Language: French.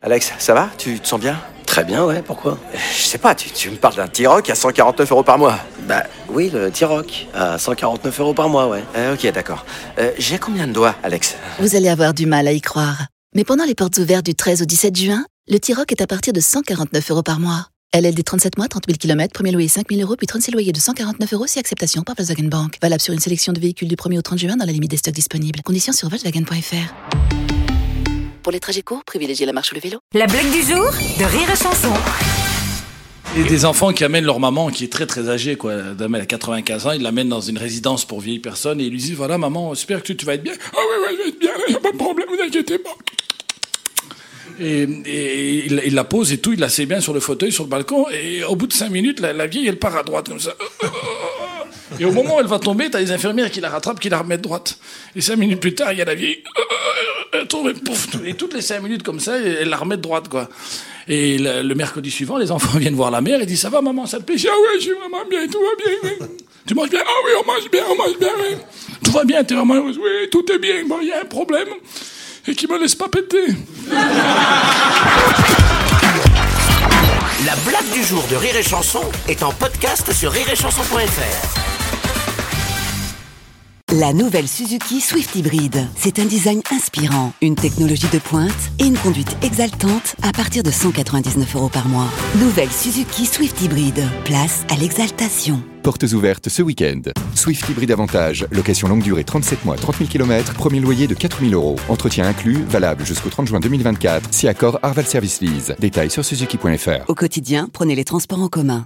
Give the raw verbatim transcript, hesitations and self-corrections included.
Alex, ça va? Tu te sens bien? Très bien, ouais, pourquoi? Je sais pas, tu, tu me parles d'un T-Roc à cent quarante-neuf euros par mois. Bah oui, le T-Roc, à cent quarante-neuf euros par mois, ouais. Euh, ok, d'accord. Euh, j'ai combien de doigts, Alex? Vous allez avoir du mal à y croire. Mais pendant les portes ouvertes du treize au dix-sept juin, le T-Roc est à partir de cent quarante-neuf euros par mois. L L D trente-sept mois, trente mille kilomètres, premier loyer cinq mille euros, puis trente-six loyers de cent quarante-neuf euros si acceptation par Volkswagen Bank. Valable sur une sélection de véhicules du premier au trente juin dans la limite des stocks disponibles. Conditions sur Volkswagen point F R. Pour les trajets courts, privilégiez la marche ou le vélo. La blague du jour de Rire et Chanson. Et des enfants qui amènent leur maman qui est très très âgée, quoi. Elle a quatre-vingt-quinze ans, ils l'amènent dans une résidence pour vieilles personnes et ils lui disent voilà maman, j'espère que tu, tu vas être bien. Ah oui, oui, je vais être bien, il n'y a pas de problème, vous inquiétez pas. Et, et il, il la pose et tout, il la sait bien sur le fauteuil, sur le balcon, et au bout de cinq minutes, la, la vieille elle part à droite comme ça. Et au moment où elle va tomber, t'as les infirmières qui la rattrapent, qui la remettent droite. Et cinq minutes plus tard, il y a la vieille. Elle tombe et pouf. Et toutes les cinq minutes comme ça, elle la remet droite, quoi. Et le, le mercredi suivant, les enfants viennent voir la mère et disent ça va maman, ça te plaît? Ah ouais, je suis vraiment bien, tout va bien. Oui. Tu manges bien? Ah oui, on mange bien, on mange bien. Oui. Tout va bien, t'es vraiment heureuse? Oui, tout est bien. Bon, il y a un problème et qui me laisse pas péter. La blague du jour de Rire et Chanson est en podcast sur rire et chanson point f r. La nouvelle Suzuki Swift Hybrid. C'est un design inspirant, une technologie de pointe et une conduite exaltante à partir de cent quatre-vingt-dix-neuf euros par mois. Nouvelle Suzuki Swift Hybrid. Place à l'exaltation. Portes ouvertes ce week-end. Swift Hybrid Avantage. Location longue durée trente-sept mois, trente mille kilomètres. Premier loyer de quatre mille euros. Entretien inclus. Valable jusqu'au trente juin deux mille vingt-quatre. Si accord Arval Service Lease. Détails sur suzuki point f r. Au quotidien, prenez les transports en commun.